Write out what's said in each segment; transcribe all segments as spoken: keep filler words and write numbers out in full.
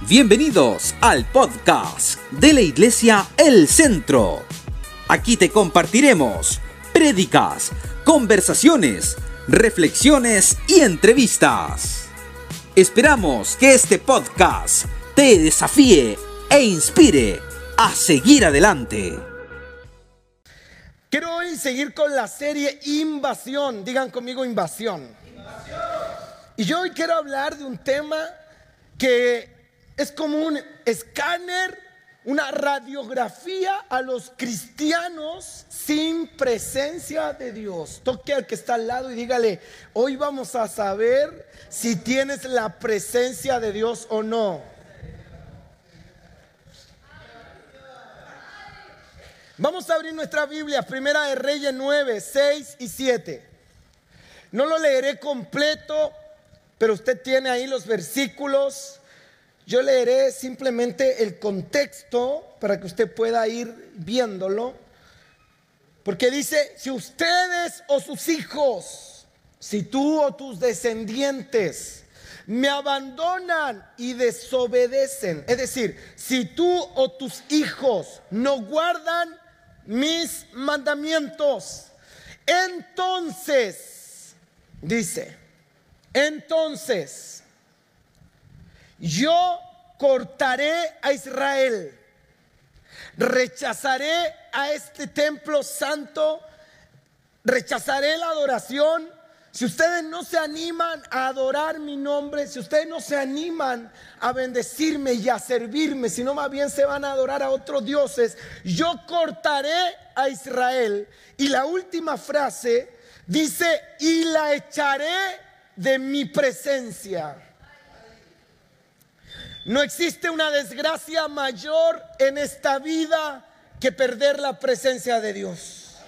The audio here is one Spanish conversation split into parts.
Bienvenidos al podcast de la Iglesia El Centro. Aquí te compartiremos prédicas, conversaciones, reflexiones y entrevistas. Esperamos que este podcast te desafíe e inspire a seguir adelante. Quiero hoy seguir con la serie Invasión. Digan conmigo invasión. Invasión. Y yo hoy quiero hablar de un tema que es como un escáner, una radiografía a los cristianos sin presencia de Dios. Toque al que está al lado y dígale: hoy vamos a saber si tienes la presencia de Dios o no. Vamos a abrir nuestra Biblia, Primera de Reyes nueve, seis y siete. No lo leeré completo, pero usted tiene ahí los versículos. Yo leeré simplemente el contexto para que usted pueda ir viéndolo. Porque dice: si ustedes o sus hijos, si tú o tus descendientes me abandonan y desobedecen, es decir, si tú o tus hijos no guardan mis mandamientos, entonces, dice, entonces yo cortaré a Israel, rechazaré a este templo santo, rechazaré la adoración. Si ustedes no se animan a adorar mi nombre, si ustedes no se animan a bendecirme y a servirme, sino más bien se van a adorar a otros dioses, yo cortaré a Israel. Y la última frase dice: y la echaré de mi presencia. No existe una desgracia mayor en esta vida que perder la presencia de Dios.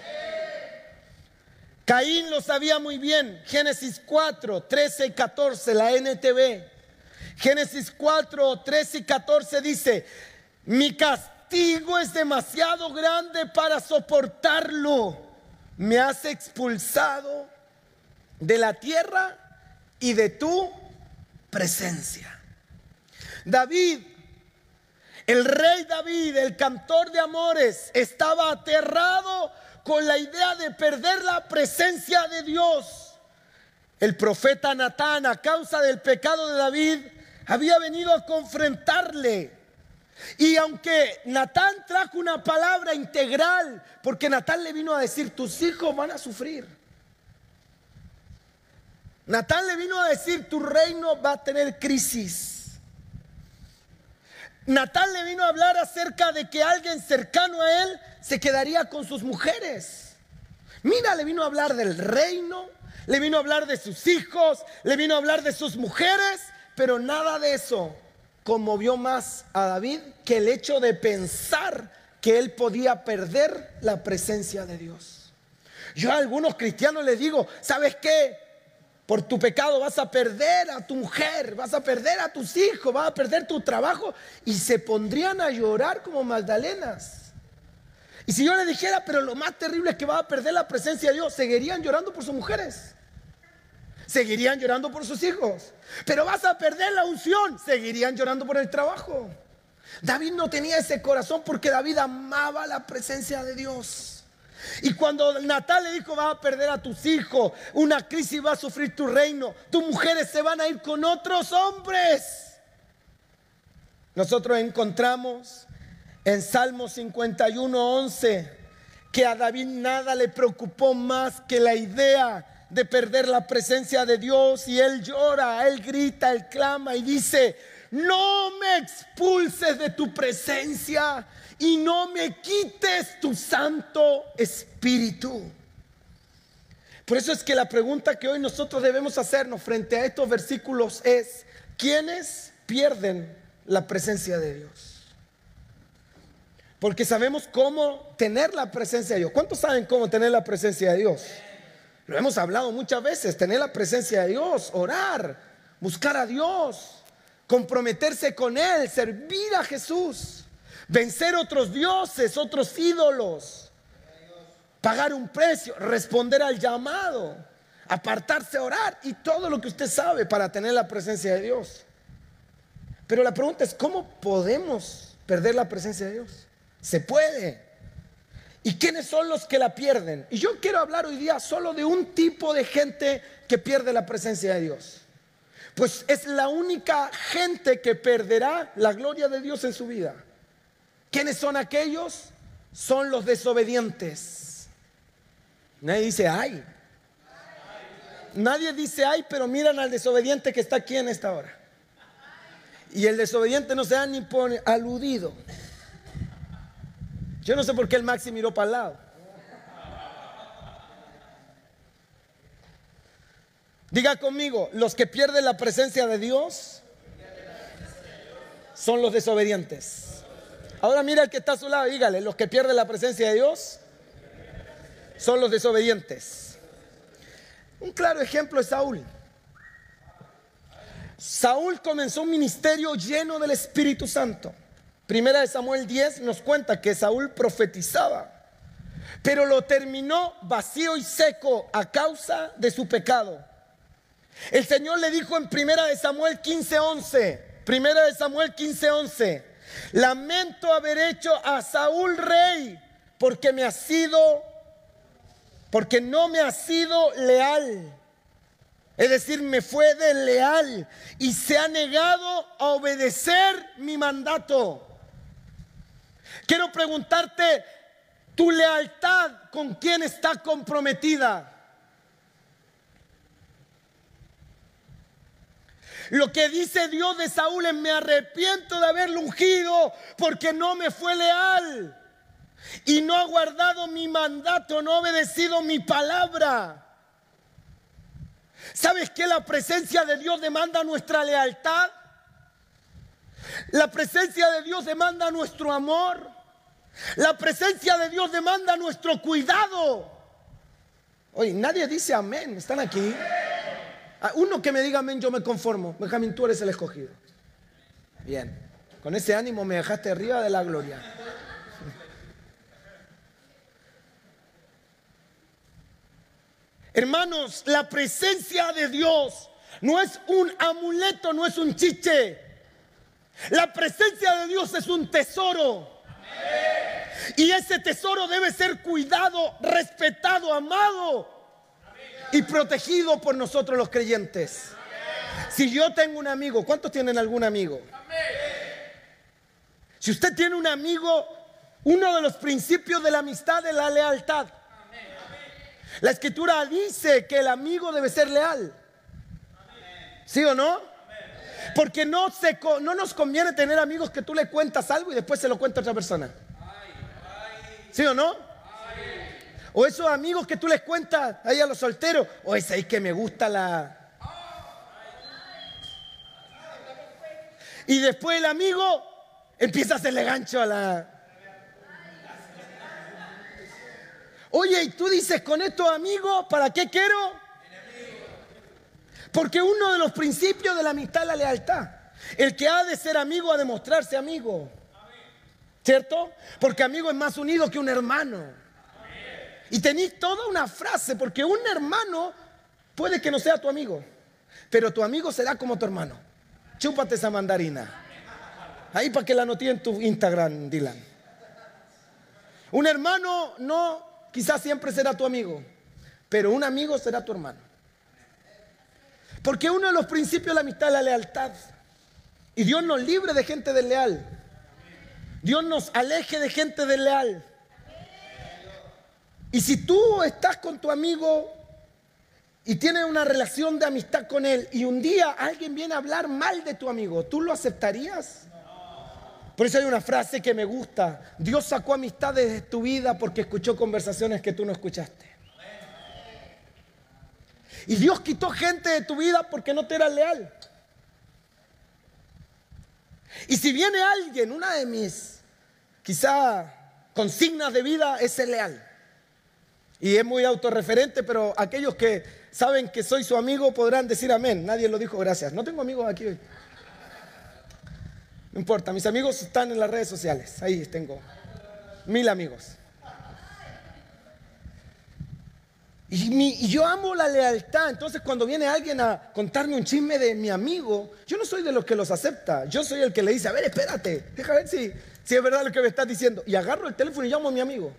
Caín lo sabía muy bien. Génesis cuatro, trece y catorce, la N T V. Génesis cuatro, trece y catorce dice: mi castigo es demasiado grande para soportarlo. Me has expulsado de la tierra y de tu presencia. David, el rey David, el cantor de amores, estaba aterrado con la idea de perder la presencia de Dios. El profeta Natán, a causa del pecado de David, había venido a confrontarle. Y aunque Natán trajo una palabra integral, porque Natán le vino a decir: tus hijos van a sufrir. Natán le vino a decir: tu reino va a tener crisis. Natán le vino a hablar acerca de que alguien cercano a él se quedaría con sus mujeres. Mira, le vino a hablar del reino, le vino a hablar de sus hijos, le vino a hablar de sus mujeres, pero nada de eso conmovió más a David que el hecho de pensar que él podía perder la presencia de Dios. Yo a algunos cristianos les digo: ¿sabes qué? Por tu pecado vas a perder a tu mujer, vas a perder a tus hijos, vas a perder tu trabajo. Y se pondrían a llorar como magdalenas. Y si yo les dijera: pero lo más terrible es que vas a perder la presencia de Dios, seguirían llorando por sus mujeres, seguirían llorando por sus hijos. Pero vas a perder la unción, seguirían llorando por el trabajo. David no tenía ese corazón porque David amaba la presencia de Dios. Y cuando Natán le dijo: vas a perder a tus hijos, una crisis va a sufrir tu reino, tus mujeres se van a ir con otros hombres. Nosotros encontramos en Salmo cincuenta y uno, once que a David nada le preocupó más que la idea de perder la presencia de Dios. Y él llora, él grita, él clama y dice: no me expulses de tu presencia y no me quites tu Santo Espíritu. Por eso es que la pregunta que hoy nosotros debemos hacernos frente a estos versículos es: ¿quiénes pierden la presencia de Dios? Porque sabemos cómo tener la presencia de Dios. ¿Cuántos saben cómo tener la presencia de Dios? Lo hemos hablado muchas veces: tener la presencia de Dios, orar, buscar a Dios, comprometerse con Él, servir a Jesús, vencer otros dioses, otros ídolos, pagar un precio, responder al llamado, apartarse a orar y todo lo que usted sabe para tener la presencia de Dios. Pero la pregunta es, ¿cómo podemos perder la presencia de Dios? Se puede. ¿Y quiénes son los que la pierden? Y yo quiero hablar hoy día solo de un tipo de gente que pierde la presencia de Dios. Pues es la única gente que perderá la gloria de Dios en su vida. ¿Quiénes son aquellos? Son los desobedientes. Nadie dice ay. Nadie dice ay, pero miran al desobediente que está aquí en esta hora. Y el desobediente no se da ni por aludido. Yo no sé por qué el Maxi miró para el lado. Diga conmigo, los que pierden la presencia de Dios son los desobedientes. Ahora mira al que está a su lado, dígale, los que pierden la presencia de Dios son los desobedientes. Un claro ejemplo es Saúl. Saúl comenzó un ministerio lleno del Espíritu Santo. Primera de Samuel diez nos cuenta que Saúl profetizaba, pero lo terminó vacío y seco a causa de su pecado. El Señor le dijo en Primera de Samuel quince once, Primera de Samuel quince once, lamento haber hecho a Saúl rey, porque me ha sido, porque no me ha sido leal. Es decir, me fue desleal y se ha negado a obedecer mi mandato. Quiero preguntarte, ¿tu lealtad con quién está comprometida? Lo que dice Dios de Saúl es: me arrepiento de haberlo ungido porque no me fue leal y no ha guardado mi mandato, no ha obedecido mi palabra. ¿Sabes que la presencia de Dios demanda nuestra lealtad? La presencia de Dios demanda nuestro amor. La presencia de Dios demanda nuestro cuidado. Oye, nadie dice amén. ¿Están aquí? Uno que me diga amén, yo me conformo. Benjamín, tú eres el escogido. Bien, con ese ánimo me dejaste arriba de la gloria. Hermanos, la presencia de Dios no es un amuleto, no es un chiche. La presencia de Dios es un tesoro. Amén. Y ese tesoro debe ser cuidado, respetado, amado. Amén. Y protegido por nosotros los creyentes. Amén. Si yo tengo un amigo, ¿cuántos tienen algún amigo? Amén. Si usted tiene un amigo, uno de los principios de la amistad es la lealtad. La Escritura dice que el amigo debe ser leal. ¿Sí o no? Porque no, se, no nos conviene tener amigos que tú le cuentas algo y después se lo cuenta a otra persona. ¿Sí o no? O esos amigos que tú les cuentas ahí a los solteros: o ese ahí que me gusta la... Y después el amigo empieza a hacerle gancho a la... Oye, y tú dices, con estos amigos, ¿para qué quiero? Porque uno de los principios de la amistad es la lealtad. El que ha de ser amigo ha de mostrarse amigo. ¿Cierto? Porque amigo es más unido que un hermano. Y tenéis toda una frase, porque un hermano puede que no sea tu amigo, pero tu amigo será como tu hermano. Chúpate esa mandarina. Ahí para que la anoté en tu Instagram, Dylan. Un hermano no... quizás siempre será tu amigo, pero un amigo será tu hermano. Porque uno de los principios de la amistad es la lealtad. Y Dios nos libre de gente desleal. Dios nos aleje de gente desleal. Y si tú estás con tu amigo y tienes una relación de amistad con él, y un día alguien viene a hablar mal de tu amigo, ¿tú lo aceptarías? Por eso hay una frase que me gusta: Dios sacó amistades de tu vida porque escuchó conversaciones que tú no escuchaste. Y Dios quitó gente de tu vida porque no te era leal. Y si viene alguien, una de mis quizá consignas de vida es ser leal. Y es muy autorreferente, pero aquellos que saben que soy su amigo podrán decir amén. Nadie lo dijo, gracias. No tengo amigos aquí hoy. No importa, mis amigos están en las redes sociales. Ahí tengo mil amigos. Y, mi, y yo amo la lealtad. Entonces cuando viene alguien a contarme un chisme de mi amigo, yo no soy de los que los acepta. Yo soy el que le dice, a ver, espérate, deja ver si, si es verdad lo que me estás diciendo. Y agarro el teléfono y llamo a mi amigo.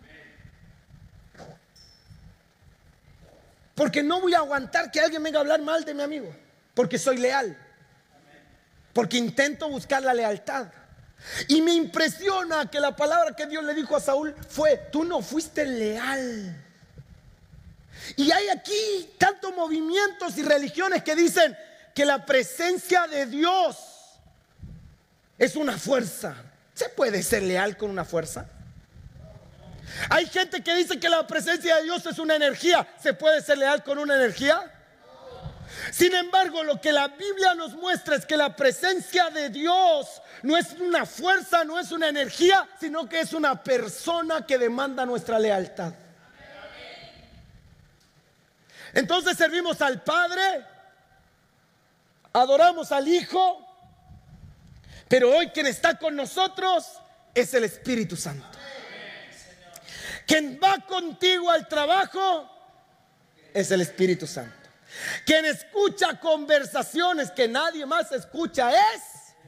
Porque no voy a aguantar que alguien venga a hablar mal de mi amigo. Porque soy leal. Porque intento buscar la lealtad. Y me impresiona que la palabra que Dios le dijo a Saúl fue, tú no fuiste leal. Y hay aquí tantos movimientos y religiones que dicen que la presencia de Dios es una fuerza. ¿Se puede ser leal con una fuerza? Hay gente que dice que la presencia de Dios es una energía. ¿Se puede ser leal con una energía? Sin embargo, lo que la Biblia nos muestra es que la presencia de Dios no es una fuerza, no es una energía, sino que es una persona que demanda nuestra lealtad. Entonces servimos al Padre, adoramos al Hijo, pero hoy quien está con nosotros es el Espíritu Santo. Quien va contigo al trabajo es el Espíritu Santo. Quien escucha conversaciones que nadie más escucha es.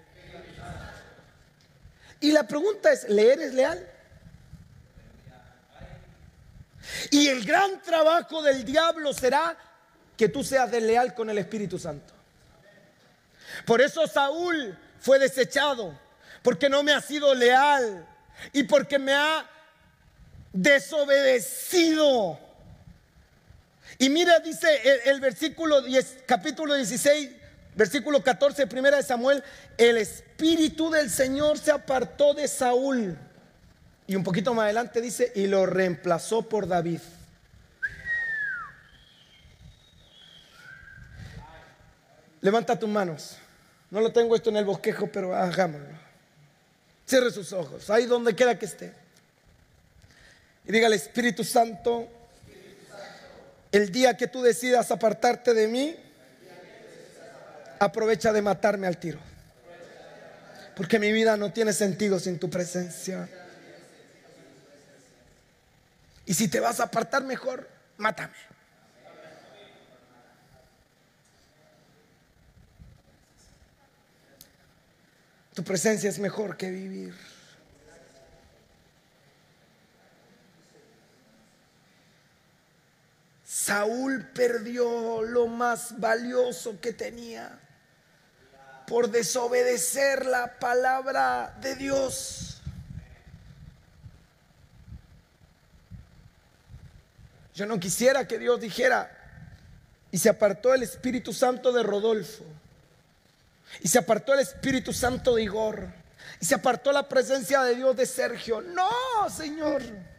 Y la pregunta es, ¿le eres leal? Y el gran trabajo del diablo será que tú seas desleal con el Espíritu Santo. Por eso Saúl fue desechado, porque no me ha sido leal y porque me ha desobedecido. Y mira, dice el, el versículo diez, capítulo dieciséis, versículo catorce, primera de Samuel, el Espíritu del Señor se apartó de Saúl. Y un poquito más adelante dice, y lo reemplazó por David. Levanta tus manos. No lo tengo esto en el bosquejo, pero hagámoslo. Cierre sus ojos, ahí donde quiera que esté. Y dígale, Espíritu Santo, el día que tú decidas apartarte de mí, aprovecha de matarme al tiro. Porque mi vida no tiene sentido sin tu presencia. Y si te vas a apartar, mejor, mátame. Tu presencia es mejor que vivir. Saúl perdió lo más valioso que tenía por desobedecer la palabra de Dios. Yo no quisiera que Dios dijera, y se apartó el Espíritu Santo de Rodolfo, y se apartó el Espíritu Santo de Igor, y se apartó la presencia de Dios de Sergio. No, Señor,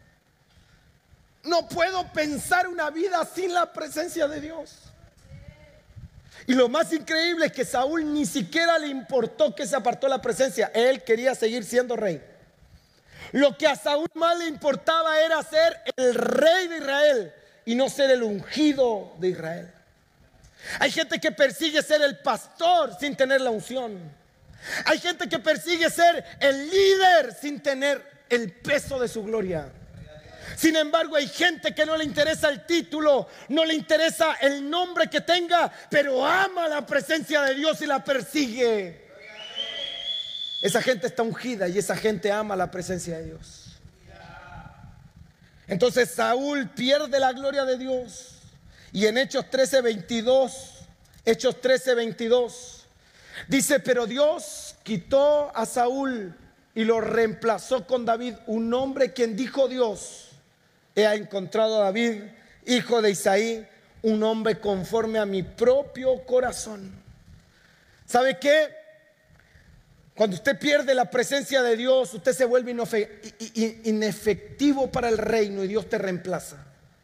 no puedo pensar una vida sin la presencia de Dios. Y lo más increíble es que Saúl ni siquiera le importó que se apartó la presencia. Él quería seguir siendo rey. Lo que a Saúl más le importaba era ser el rey de Israel y no ser el ungido de Israel. Hay gente que persigue ser el pastor sin tener la unción. Hay gente que persigue ser el líder sin tener el peso de su gloria. Sin embargo, hay gente que no le interesa el título, no le interesa el nombre que tenga, pero ama la presencia de Dios y la persigue. Esa gente está ungida y esa gente ama la presencia de Dios. Entonces Saúl pierde la gloria de Dios. Y en Hechos trece veintidós, Hechos trece veintidós, dice, pero Dios quitó a Saúl y lo reemplazó con David, un hombre quien dijo Dios, he encontrado a David, hijo de Isaí, un hombre conforme a mi propio corazón. ¿Sabe qué? Cuando usted pierde la presencia de Dios, usted se vuelve inefectivo para el reino y Dios te reemplaza.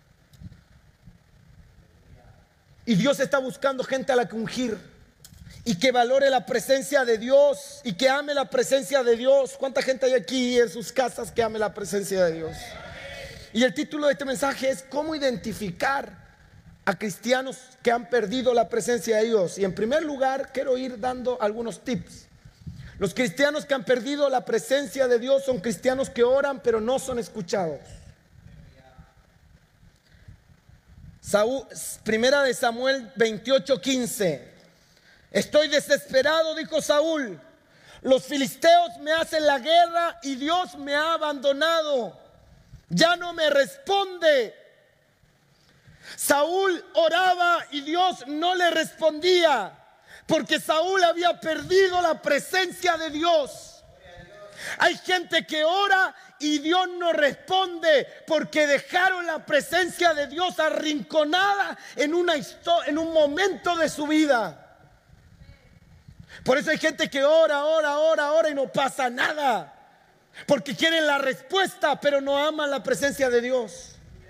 Y Dios está buscando gente a la que ungir y que valore la presencia de Dios y que ame la presencia de Dios. ¿Cuánta gente hay aquí en sus casas que ame la presencia de Dios? Y el título de este mensaje es ¿cómo identificar a cristianos que han perdido la presencia de Dios? Y en primer lugar quiero ir dando algunos tips. Los cristianos que han perdido la presencia de Dios son cristianos que oran pero no son escuchados. Saúl, primera de Samuel veintiocho quince. Estoy desesperado, dijo Saúl. Los filisteos me hacen la guerra y Dios me ha abandonado. Ya no me responde. Saúl oraba y Dios no le respondía, porque Saúl había perdido la presencia de Dios. Hay gente que ora y Dios no responde porque dejaron la presencia de Dios arrinconada en, una en un momento de su vida. Por eso hay gente que ora, ora, ora, ora y no pasa nada, porque quieren la respuesta pero no aman la presencia de Dios.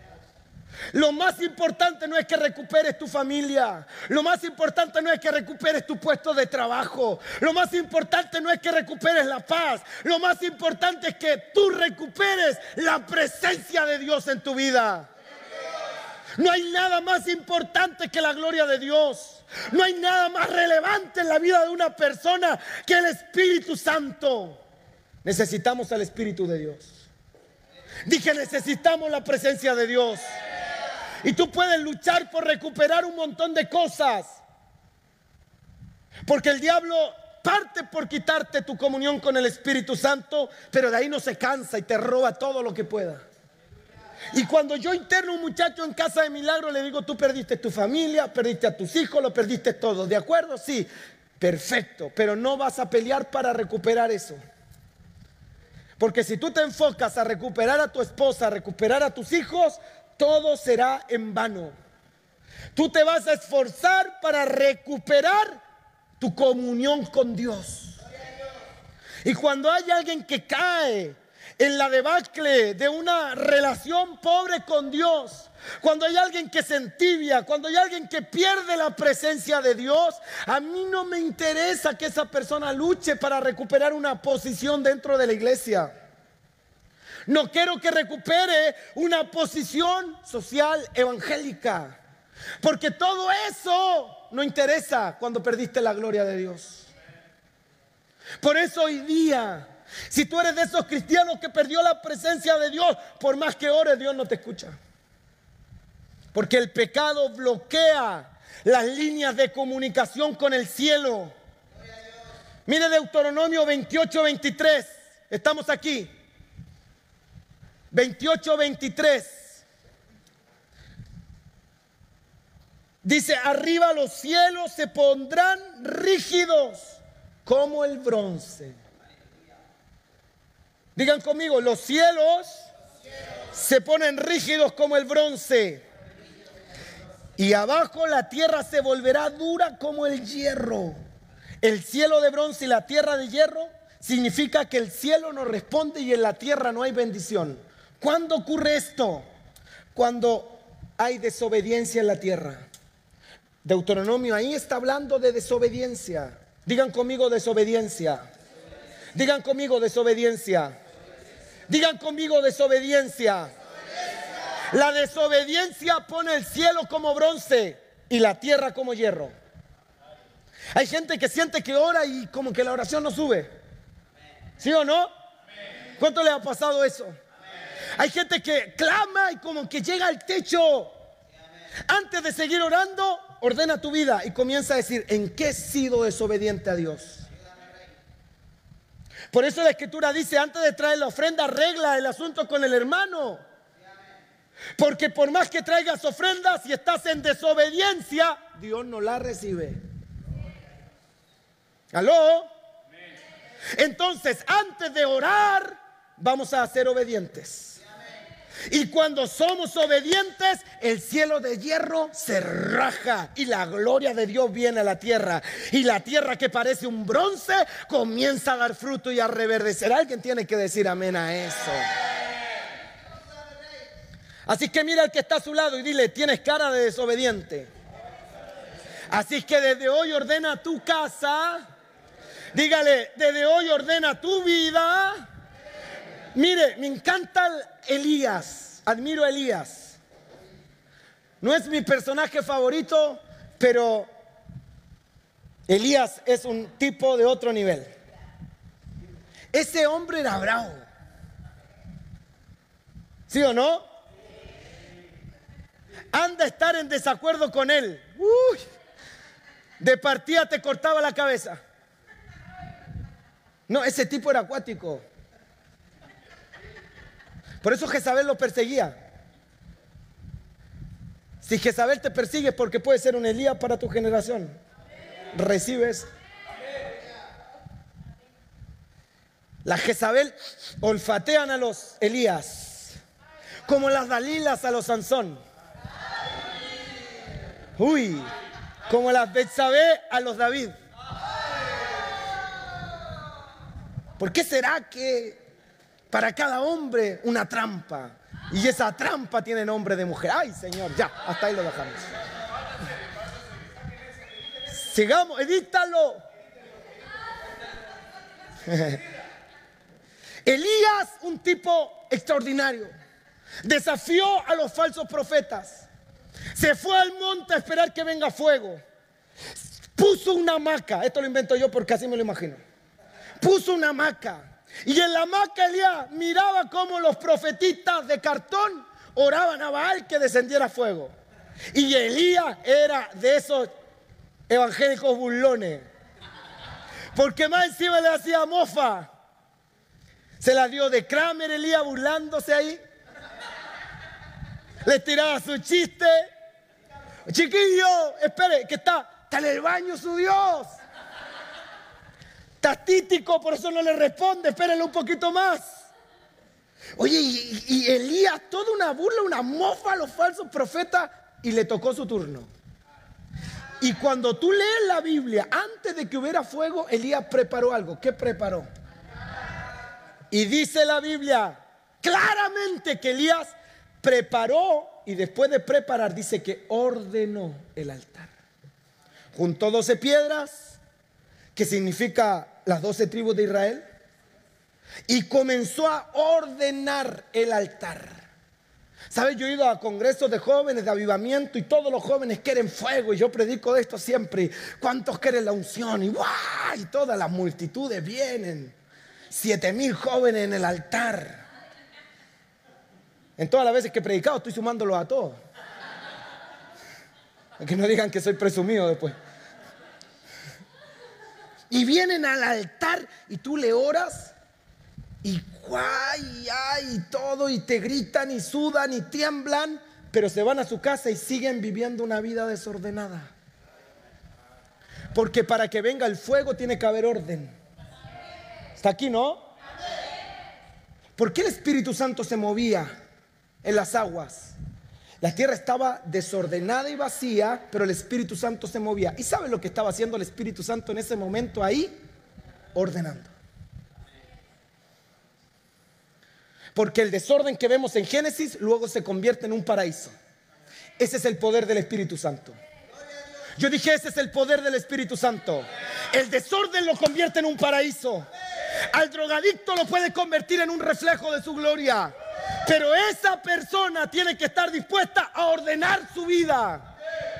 Lo más importante no es que recuperes tu familia. Lo más importante no es que recuperes tu puesto de trabajo. Lo más importante no es que recuperes la paz. Lo más importante es que tú recuperes la presencia de Dios en tu vida. No hay nada más importante que la gloria de Dios. No hay nada más relevante en la vida de una persona que el Espíritu Santo. Necesitamos al Espíritu de Dios. Dije, necesitamos la presencia de Dios. Y tú puedes luchar por recuperar un montón de cosas, porque el diablo parte por quitarte tu comunión con el Espíritu Santo, pero de ahí no se cansa y te roba todo lo que pueda. Y cuando yo interno a un muchacho en casa de milagro, le digo, tú perdiste tu familia, perdiste a tus hijos, lo perdiste todo. ¿De acuerdo? Sí, perfecto, pero no vas a pelear para recuperar eso. Porque si tú te enfocas a recuperar a tu esposa, a recuperar a tus hijos, todo será en vano. Tú te vas a esforzar para recuperar tu comunión con Dios. Y cuando hay alguien que cae en la debacle de una relación pobre con Dios, cuando hay alguien que se entibia, cuando hay alguien que pierde la presencia de Dios, a mí no me interesa que esa persona luche para recuperar una posición dentro de la iglesia. No quiero que recupere una posición social evangélica, porque todo eso no interesa cuando perdiste la gloria de Dios. Por eso hoy día, si tú eres de esos cristianos que perdió la presencia de Dios, por más que ores, Dios no te escucha. Porque el pecado bloquea las líneas de comunicación con el cielo. Mire Deuteronomio veintiocho veintitrés. Estamos aquí. veintiocho veintitrés. Dice, arriba los cielos se pondrán rígidos como el bronce. Digan conmigo, los cielos se ponen rígidos como el bronce. Y abajo la tierra se volverá dura como el hierro. El cielo de bronce y la tierra de hierro significa que el cielo no responde y en la tierra no hay bendición. ¿Cuándo ocurre esto? Cuando hay desobediencia en la tierra. Deuteronomio ahí está hablando de desobediencia. Digan conmigo desobediencia. Digan conmigo desobediencia. Digan conmigo desobediencia. La desobediencia pone el cielo como bronce y la tierra como hierro. Hay gente que siente que ora y como que la oración no sube. ¿Sí o no? ¿Cuánto le ha pasado eso? Hay gente que clama y como que llega al techo. Antes de seguir orando, ordena tu vida y comienza a decir, ¿en qué he sido desobediente a Dios? Por eso la Escritura dice, antes de traer la ofrenda, arregla el asunto con el hermano. Porque por más que traigas ofrendas, si estás en desobediencia, Dios no la recibe. ¿Aló? Entonces, antes de orar, vamos a ser obedientes. Y cuando somos obedientes, el cielo de hierro se raja y la gloria de Dios viene a la tierra. Y la tierra que parece un bronce comienza a dar fruto y a reverdecer. Alguien tiene que decir amén a eso. Así que mira al que está a su lado y dile, tienes cara de desobediente. Así que desde hoy ordena tu casa. Dígale, desde hoy ordena tu vida. Mire, me encanta Elías, admiro a Elías. No es mi personaje favorito, pero Elías es un tipo de otro nivel. Ese hombre era bravo. ¿Sí o no? anda a estar en desacuerdo con él. Uy, de partida te cortaba la cabeza. No, ese tipo era acuático. Por eso Jezabel lo perseguía. Si Jezabel te persigue es porque puede ser un Elías para tu generación. Recibes. Las Jezabel olfatean a los Elías, como las Dalilas a los Sansón. Uy, como las Betsabé a los David. ¿Por qué será que para cada hombre una trampa? Y esa trampa tiene nombre de mujer. Ay, Señor, ya, hasta ahí lo dejamos. Sigamos, edítalo. Elías, un tipo extraordinario, desafió a los falsos profetas. Se fue al monte a esperar que venga fuego. Puso una hamaca. Esto lo invento yo porque así me lo imagino. Puso una hamaca. Y en la hamaca Elías miraba cómo los profetistas de cartón oraban a Baal que descendiera fuego. Y Elías era de esos evangélicos burlones, porque más encima le hacía mofa. Se la dio de Kramer Elías burlándose ahí. Le tiraba su chiste. Chiquillo, espere, que está, está en el baño su Dios. Está títico, por eso no le responde. Espérenle un poquito más. Oye, y, y Elías, toda una burla, una mofa a los falsos profetas, y le tocó su turno. Y cuando tú lees la Biblia, antes de que hubiera fuego, Elías preparó algo. ¿Qué preparó? Y dice la Biblia claramente que Elías preparó, y después de preparar dice que ordenó el altar. Juntó doce piedras, que significa las doce tribus de Israel, y comenzó a ordenar el altar. ¿Sabes? Yo he ido a congresos de jóvenes, de avivamiento, y todos los jóvenes quieren fuego, y yo predico de esto siempre. ¿Cuántos quieren la unción? Y ¡guau! Y todas las multitudes vienen. Siete mil jóvenes en el altar. En todas las veces que he predicado estoy sumándolo a todos. Que no digan que soy presumido después. Y vienen al altar y tú le oras y guay, ay, y todo, y te gritan y sudan y tiemblan, pero se van a su casa y siguen viviendo una vida desordenada. Porque para que venga el fuego tiene que haber orden. ¿Está aquí, no? ¿Por qué el Espíritu Santo se movía en las aguas? La tierra estaba desordenada y vacía, pero el Espíritu Santo se movía. ¿Y sabe lo que estaba haciendo el Espíritu Santo en ese momento ahí? Ordenando. Porque el desorden que vemos en Génesis luego se convierte en un paraíso. Ese es el poder del Espíritu Santo. Yo dije, ese es el poder del Espíritu Santo. El desorden lo convierte en un paraíso. Al drogadicto lo puede convertir en un reflejo de su gloria. Pero esa persona tiene que estar dispuesta a ordenar su vida.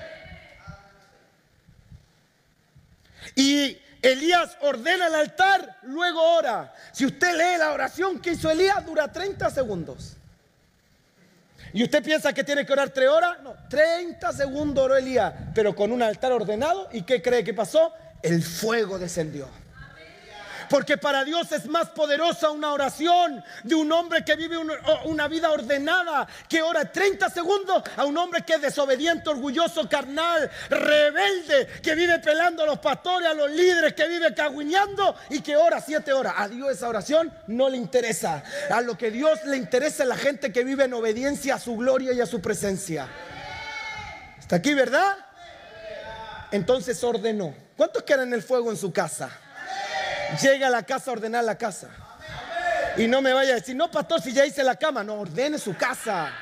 Y Elías ordena el altar, luego ora. Si usted lee la oración que hizo Elías, dura treinta segundos. ¿Y usted piensa que tiene que orar tres horas? No, treinta segundos oró Elías, pero con un altar ordenado. ¿Y qué cree que pasó? El fuego descendió. Porque para Dios es más poderosa una oración de un hombre que vive una vida ordenada, que ora treinta segundos, a un hombre que es desobediente, orgulloso, carnal, rebelde, que vive pelando a los pastores, a los líderes, que vive cagüineando y que ora siete horas. A Dios esa oración no le interesa. A lo que Dios le interesa es la gente que vive en obediencia a su gloria y a su presencia. ¿Está aquí, verdad? Entonces ordenó. ¿Cuántos quieren el fuego en su casa? Llega a la casa a ordenar la casa. Y no me vaya a decir, no, pastor, si ya hice la cama. No, ordene su casa.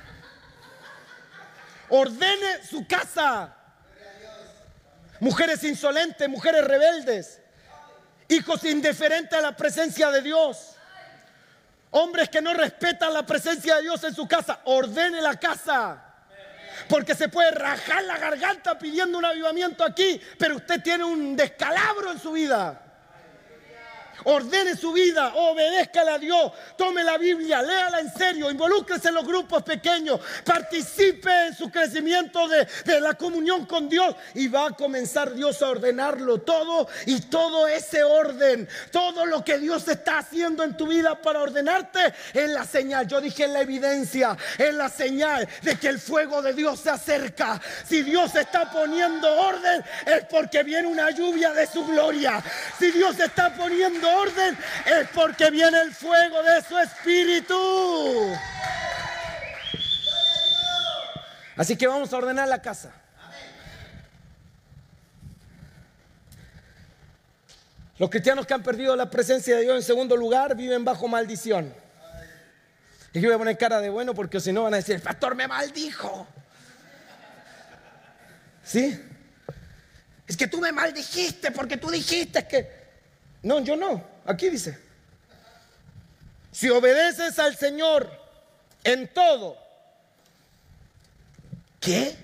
Ordene su casa. Mujeres insolentes, mujeres rebeldes, hijos indiferentes a la presencia de Dios, hombres que no respetan la presencia de Dios en su casa. Ordene la casa. Porque se puede rajar la garganta pidiendo un avivamiento aquí, pero usted tiene un descalabro en su vida. Ordene su vida, obedézcale a Dios, tome la Biblia, léala en serio, involúcrese en los grupos pequeños, participe en su crecimiento de, de la comunión con Dios y va a comenzar Dios a ordenarlo todo, y todo ese orden, todo lo que Dios está haciendo en tu vida para ordenarte es la señal. Yo dije, la evidencia, es la señal de que el fuego de Dios se acerca. Si Dios está poniendo orden es porque viene una lluvia de su gloria. Si Dios está poniendo orden es porque viene el fuego de su espíritu. Así que vamos a ordenar la casa. Los cristianos que han perdido la presencia de Dios, en segundo lugar, viven bajo maldición. Y yo voy a poner cara de bueno, porque si no van a decir, el pastor me maldijo. ¿Sí? Es que tú me maldijiste porque tú dijiste que... No, yo no. Aquí dice: si obedeces al Señor en todo. ¿Qué?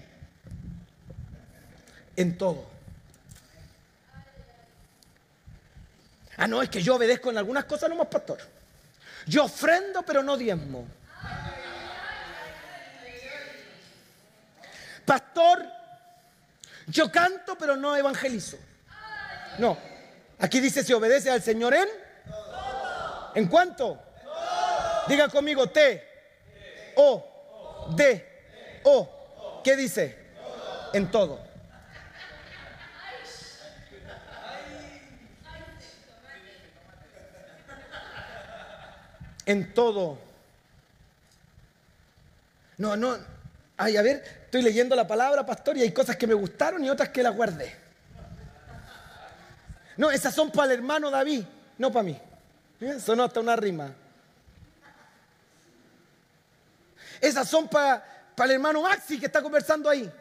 En todo. Ah, no, es que yo obedezco en algunas cosas nomás, pastor. Yo ofrendo pero no diezmo. Pastor, yo canto pero no evangelizo. No. Aquí dice, si obedece al Señor en... todo. ¿En cuánto? Todo. Diga conmigo, T, O, D, O. ¿Qué dice? Todo. En todo. En todo. No, no. Ay, a ver, estoy leyendo la palabra, pastor, y hay cosas que me gustaron y otras que las guardé. No, esas son para el hermano David, no para mí. Sonó hasta una rima. Esas son para, para el hermano Maxi que está conversando ahí.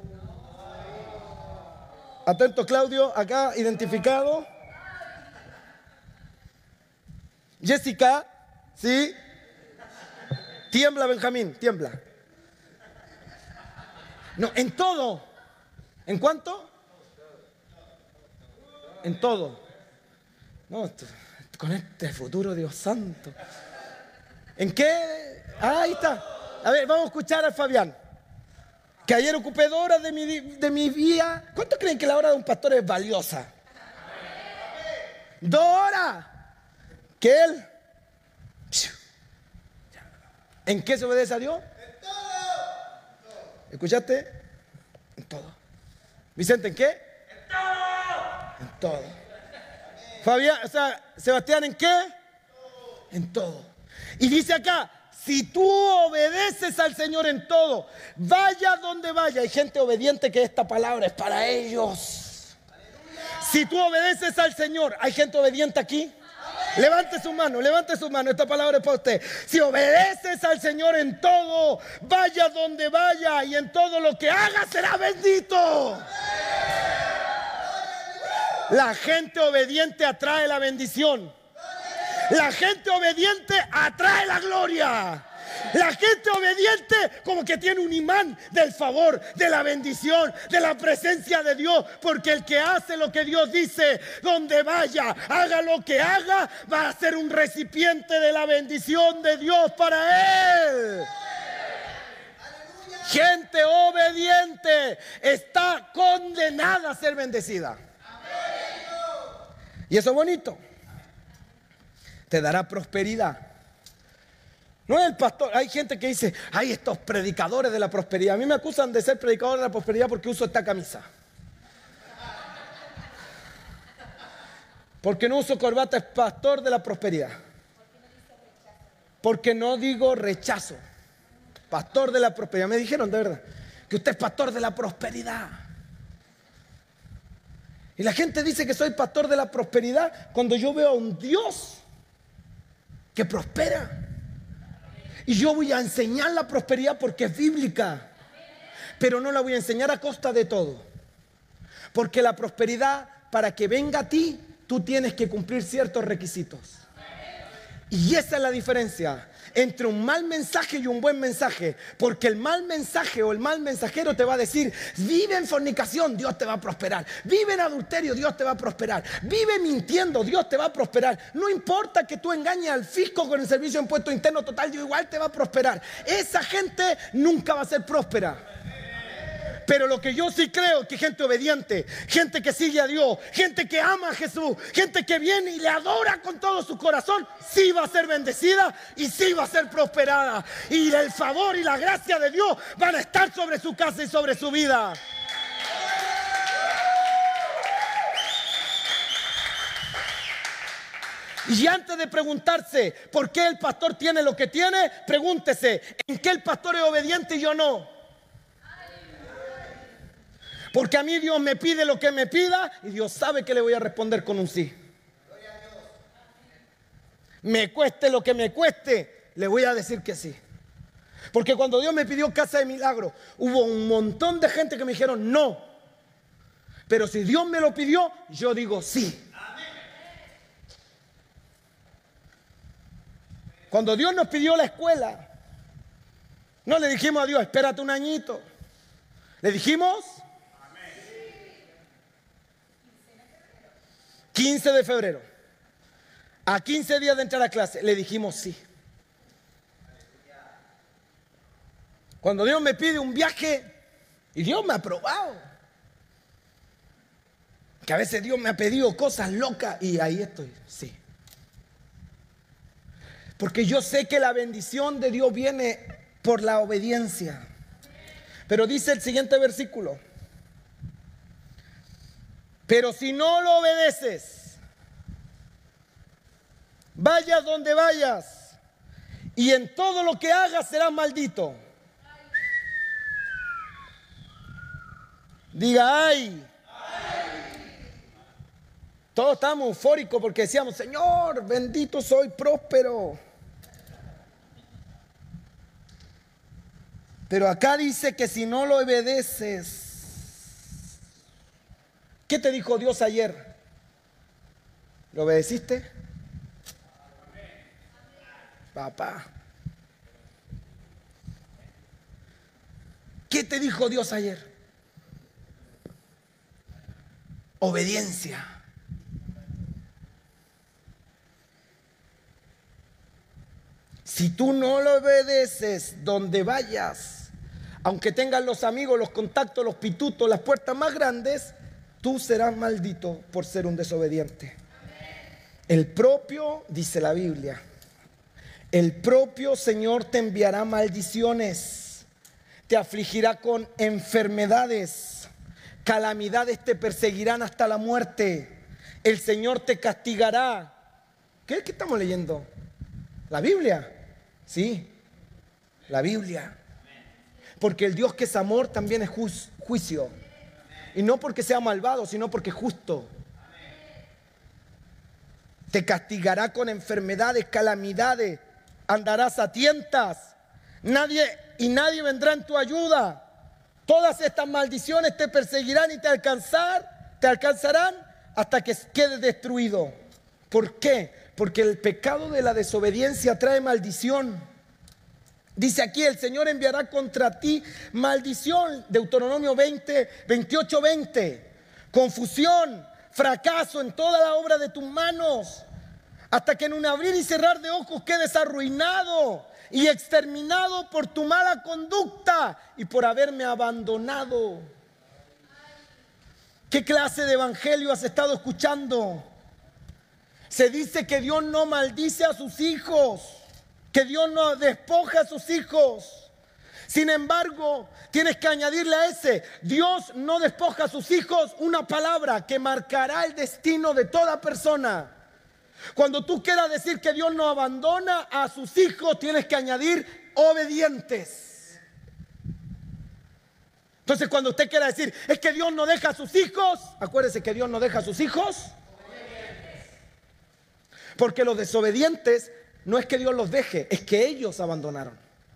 Atento, Claudio, acá identificado. Jessica, ¿sí? Tiembla, Benjamín, tiembla. No, en todo. ¿En cuánto? En todo. No, con este futuro, Dios santo. ¿En qué? Ah, ahí está. A ver, vamos a escuchar a Fabián. Que ayer ocupé dos horas de mi, de mi día. ¿Cuántos creen que la hora de un pastor es valiosa? Dos horas. Que él. ¿En qué se obedece a Dios? En todo. ¿Escuchaste? En todo. Vicente, ¿en qué? En todo. En todo. Fabián, o sea, Sebastián, ¿en qué? En todo. Y dice acá, si tú obedeces al Señor en todo, vaya donde vaya. Hay gente obediente que esta palabra es para ellos. Si tú obedeces al Señor, ¿hay gente obediente aquí? Levante su mano, levante su mano, esta palabra es para usted. Si obedeces al Señor en todo, vaya donde vaya, y en todo lo que haga será bendito. La gente obediente atrae la bendición. La gente obediente atrae la gloria. La gente obediente como que tiene un imán del favor, de la bendición, de la presencia de Dios. Porque el que hace lo que Dios dice, donde vaya, haga lo que haga, va a ser un recipiente de la bendición de Dios para él. Gente obediente está condenada a ser bendecida. Y eso es bonito. Te dará prosperidad. No es el pastor. Hay gente que dice, hay estos predicadores de la prosperidad. A mí me acusan de ser predicador de la prosperidad porque uso esta camisa. Porque no uso corbata, es pastor de la prosperidad. Porque no digo rechazo. Pastor de la prosperidad. Me dijeron de verdad que usted es pastor de la prosperidad. Y la gente dice que soy pastor de la prosperidad cuando yo veo a un Dios que prospera. Y yo voy a enseñar la prosperidad porque es bíblica. Pero no la voy a enseñar a costa de todo. Porque la prosperidad, para que venga a ti, tú tienes que cumplir ciertos requisitos. Y esa es la diferencia entre un mal mensaje y un buen mensaje. Porque el mal mensaje o el mal mensajero te va a decir: vive en fornicación, Dios te va a prosperar. Vive en adulterio, Dios te va a prosperar. Vive mintiendo, Dios te va a prosperar. No importa que tú engañes al fisco con el servicio de impuesto interno, total, Dios igual te va a prosperar. Esa gente nunca va a ser próspera. Pero lo que yo sí creo es que gente obediente, gente que sigue a Dios, gente que ama a Jesús, gente que viene y le adora con todo su corazón, sí va a ser bendecida y sí va a ser prosperada. Y el favor y la gracia de Dios van a estar sobre su casa y sobre su vida. Y antes de preguntarse por qué el pastor tiene lo que tiene, pregúntese: ¿en qué el pastor es obediente y yo no? Porque a mí Dios me pide lo que me pida y Dios sabe que le voy a responder con un sí. Me cueste lo que me cueste, le voy a decir que sí. Porque cuando Dios me pidió casa de milagro, hubo un montón de gente que me dijeron no. Pero si Dios me lo pidió, yo digo sí. Cuando Dios nos pidió la escuela, no le dijimos a Dios: espérate un añito. Le dijimos: quince de febrero, a quince días de entrar a clase, le dijimos sí. Cuando Dios me pide un viaje, y Dios me ha probado, que a veces Dios me ha pedido cosas locas, y ahí estoy, sí. Porque yo sé que la bendición de Dios viene por la obediencia. Pero dice el siguiente versículo: pero si no lo obedeces, vayas donde vayas, y en todo lo que hagas serás maldito. Diga ay. Todos estábamos eufóricos porque decíamos: Señor, bendito soy, próspero. Pero acá dice que si no lo obedeces. ¿Qué te dijo Dios ayer? ¿Lo obedeciste? Papá. ¿Qué te dijo Dios ayer? Obediencia. Si tú no lo obedeces donde vayas, aunque tengas los amigos, los contactos, los pitutos, las puertas más grandes, tú serás maldito por ser un desobediente. El propio, dice la Biblia, el propio Señor te enviará maldiciones, te afligirá con enfermedades, calamidades te perseguirán hasta la muerte, el Señor te castigará. ¿Qué es que estamos leyendo? ¿La Biblia? Sí, la Biblia. Porque el Dios que es amor también es ju- juicio. Y no porque sea malvado, sino porque es justo. Te castigará con enfermedades, calamidades. Andarás a tientas. Nadie y nadie vendrá en tu ayuda. Todas estas maldiciones te perseguirán y te alcanzar, te alcanzarán hasta que quedes destruido. ¿Por qué? Porque el pecado de la desobediencia trae maldición. Dice aquí: el Señor enviará contra ti maldición. Deuteronomio veinte, veintiocho, veinte. Confusión, fracaso en toda la obra de tus manos, hasta que en un abrir y cerrar de ojos quedes arruinado y exterminado por tu mala conducta y por haberme abandonado. ¿Qué clase de evangelio has estado escuchando? Se dice que Dios no maldice a sus hijos, que Dios no despoja a sus hijos. Sin embargo, tienes que añadirle a ese: Dios no despoja a sus hijos, una palabra que marcará el destino de toda persona. Cuando tú quieras decir que Dios no abandona a sus hijos, tienes que añadir obedientes. Entonces, cuando usted quiera decir es que Dios no deja a sus hijos, acuérdese que Dios no deja a sus hijos. Porque los desobedientes no es que Dios los deje, es que ellos abandonaron.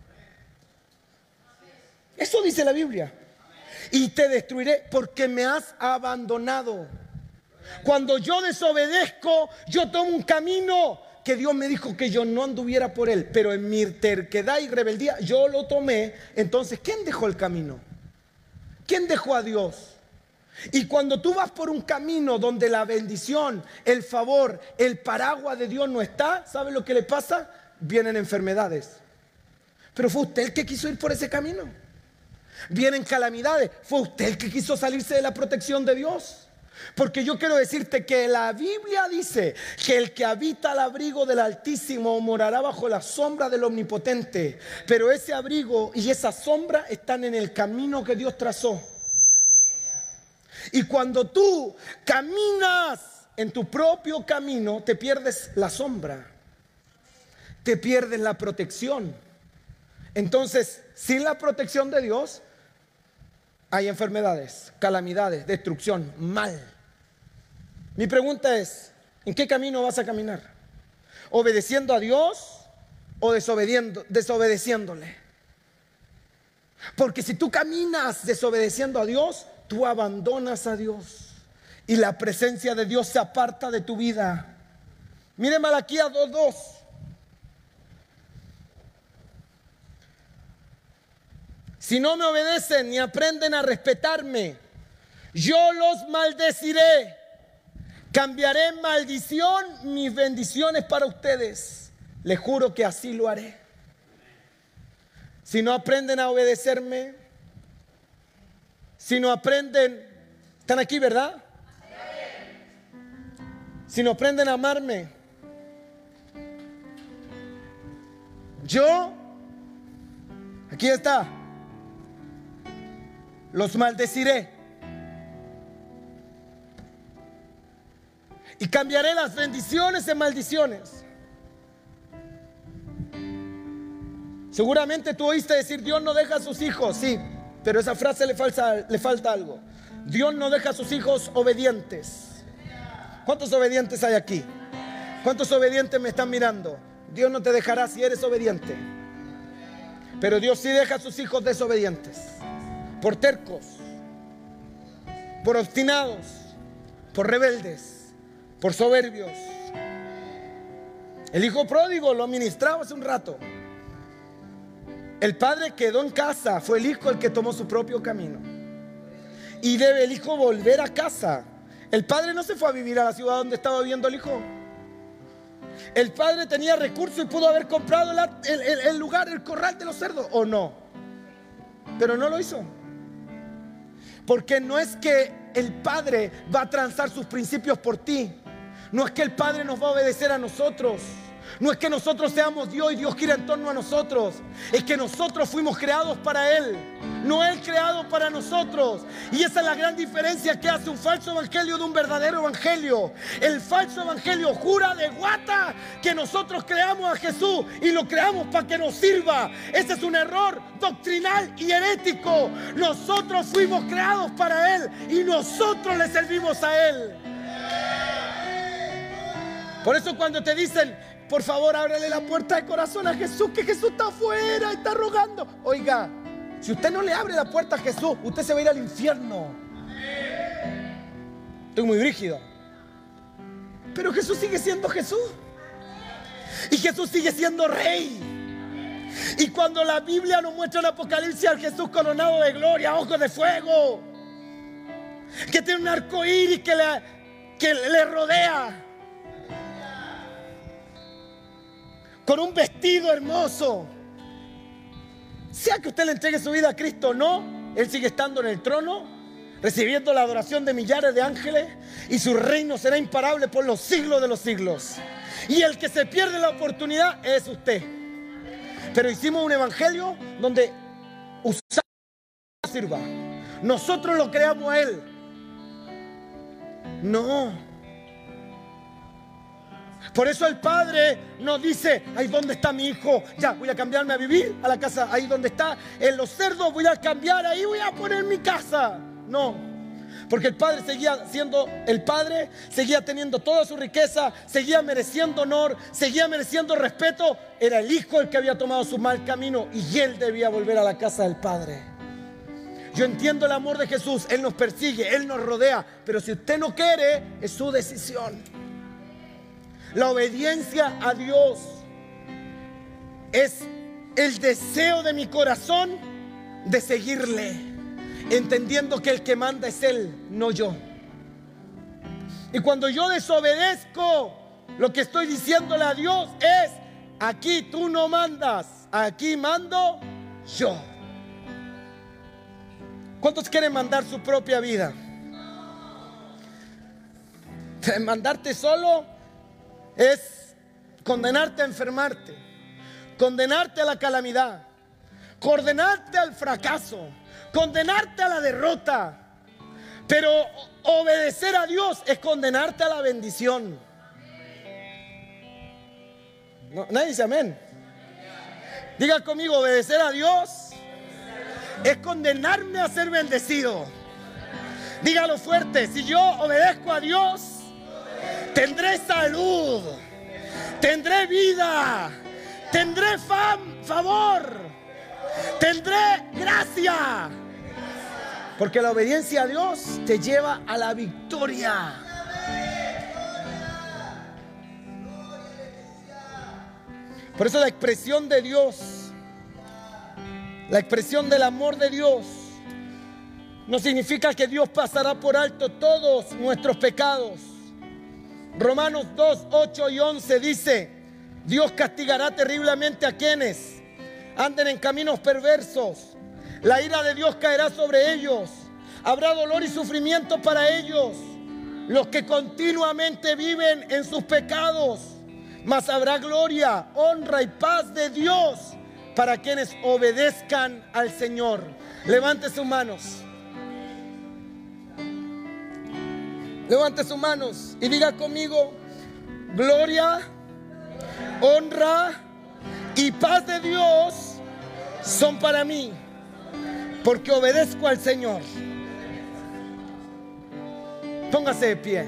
Eso dice la Biblia. Y te destruiré porque me has abandonado. Cuando yo desobedezco, yo tomo un camino que Dios me dijo que yo no anduviera por él, pero en mi terquedad y rebeldía yo lo tomé. Entonces, ¿quién dejó el camino? ¿Quién dejó a Dios? Y cuando tú vas por un camino donde la bendición, el favor, el paraguas de Dios no está, ¿sabes lo que le pasa? Vienen enfermedades. Pero fue usted el que quiso ir por ese camino. Vienen calamidades. Fue usted el que quiso salirse de la protección de Dios. Porque yo quiero decirte que la Biblia dice que el que habita al abrigo del Altísimo morará bajo la sombra del Omnipotente. Pero ese abrigo y esa sombra están en el camino que Dios trazó. Y cuando tú caminas en tu propio camino, te pierdes la sombra, te pierdes la protección. Entonces, sin la protección de Dios, hay enfermedades, calamidades, destrucción, mal. Mi pregunta es, ¿en qué camino vas a caminar? ¿Obedeciendo a Dios o desobediendo, desobedeciéndole? Porque si tú caminas desobedeciendo a Dios, tú abandonas a Dios y la presencia de Dios se aparta de tu vida. Mire Malaquías dos dos. Si no me obedecen ni aprenden a respetarme, yo los maldeciré. Cambiaré en maldición mis bendiciones para ustedes. Les juro que así lo haré. Si no aprenden a obedecerme, si no aprenden, están aquí, ¿verdad? Si no aprenden a amarme, yo, aquí está, los maldeciré y cambiaré las bendiciones en maldiciones. Seguramente tú oíste decir, Dios no deja a sus hijos, sí, pero esa frase le falta, le falta algo. Dios no deja a sus hijos obedientes. ¿Cuántos obedientes hay aquí? ¿Cuántos obedientes me están mirando? Dios no te dejará si eres obediente. Pero Dios sí deja a sus hijos desobedientes. Por tercos, por obstinados, por rebeldes, por soberbios. El hijo pródigo lo ministraba hace un rato. El padre quedó en casa, fue el hijo el que tomó su propio camino. Y debe el hijo volver a casa. El padre no se fue a vivir a la ciudad donde estaba viviendo el hijo. El padre tenía recursos y pudo haber comprado la, el, el, el lugar, el corral de los cerdos, ¿o no? Pero no lo hizo. Porque no es que el padre va a transar sus principios por ti. No es que el padre nos va a obedecer a nosotros. No es que nosotros seamos Dios y Dios gira en torno a nosotros. Es que nosotros fuimos creados para Él, no Él creado para nosotros. Y esa es la gran diferencia que hace un falso evangelio de un verdadero evangelio. El falso evangelio jura de guata que nosotros creamos a Jesús y lo creamos para que nos sirva. Ese es un error doctrinal y herético. Nosotros fuimos creados para Él y nosotros le servimos a Él. Por eso cuando te dicen, por favor, ábrele la puerta de corazón a Jesús, que Jesús está afuera, está rogando. Oiga, si usted no le abre la puerta a Jesús, usted se va a ir al infierno. Estoy muy rígido. Pero Jesús sigue siendo Jesús. Y Jesús sigue siendo Rey. Y cuando la Biblia nos muestra en Apocalipsis al Jesús coronado de gloria, ojos de fuego, que tiene un arco iris que le, que le rodea, con un vestido hermoso. Sea que usted le entregue su vida a Cristo o no, Él sigue estando en el trono, recibiendo la adoración de millares de ángeles, y su reino será imparable por los siglos de los siglos. Y el que se pierde la oportunidad es usted. Pero hicimos un evangelio donde usamos sirva. Nosotros lo creamos a Él. No. Por eso el padre nos dice, ahí donde está mi hijo, ya voy a cambiarme a vivir a la casa, ahí donde está en los cerdos voy a cambiar, ahí voy a poner mi casa. No, porque el padre seguía siendo el padre, seguía teniendo toda su riqueza, seguía mereciendo honor, seguía mereciendo respeto. Era el hijo el que había tomado su mal camino y él debía volver a la casa del padre. Yo entiendo el amor de Jesús, Él nos persigue, Él nos rodea, pero si usted no quiere, es su decisión. La obediencia a Dios es el deseo de mi corazón de seguirle, entendiendo que el que manda es Él, no yo. Y cuando yo desobedezco, lo que estoy diciéndole a Dios es: aquí tú no mandas, aquí mando yo. ¿Cuántos quieren mandar su propia vida? Mandarte solo es condenarte a enfermarte, condenarte a la calamidad, condenarte al fracaso, condenarte a la derrota. Pero obedecer a Dios es condenarte a la bendición. No, nadie dice amén. Diga conmigo: obedecer a Dios es condenarme a ser bendecido. Dígalo fuerte: si yo obedezco a Dios, tendré salud, tendré vida, tendré fam, favor, tendré gracia. Porque la obediencia a Dios te lleva a la victoria. Por eso la expresión de Dios, la expresión del amor de Dios, no significa que Dios pasará por alto todos nuestros pecados. Romanos dos, ocho y once dice: Dios castigará terriblemente a quienes anden en caminos perversos. La ira de Dios caerá sobre ellos. Habrá dolor y sufrimiento para ellos, los que continuamente viven en sus pecados. Mas habrá gloria, honra y paz de Dios para quienes obedezcan al Señor. Levante sus manos. Levante sus manos y diga conmigo: gloria, honra y paz de Dios son para mí, porque obedezco al Señor. Póngase de pie.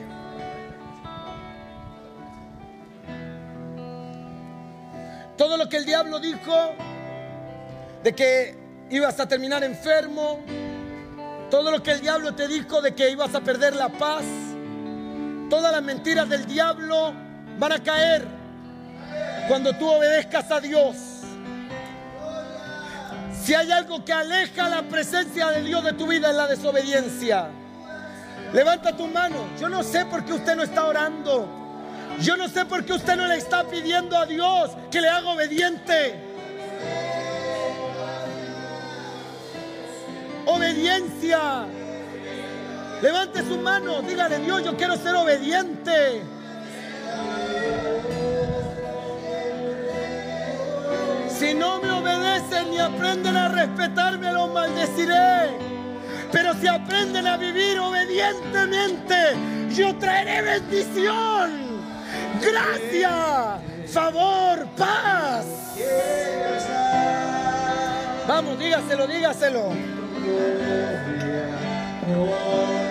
Todo lo que el diablo dijo de que ibas a terminar enfermo, todo lo que el diablo te dijo de que ibas a perder la paz, todas las mentiras del diablo van a caer cuando tú obedezcas a Dios. Si hay algo que aleja la presencia de Dios de tu vida, es la desobediencia. Levanta tu mano. Yo no sé por qué usted no está orando. Yo no sé por qué usted no le está pidiendo a Dios que le haga obediente. Obediencia. Levante su mano. Dígale: Dios, yo quiero ser obediente. Si no me obedecen ni aprenden a respetarme, los maldeciré. Pero si aprenden a vivir obedientemente, yo traeré bendición, gracia, favor, paz. Vamos, dígaselo, dígaselo.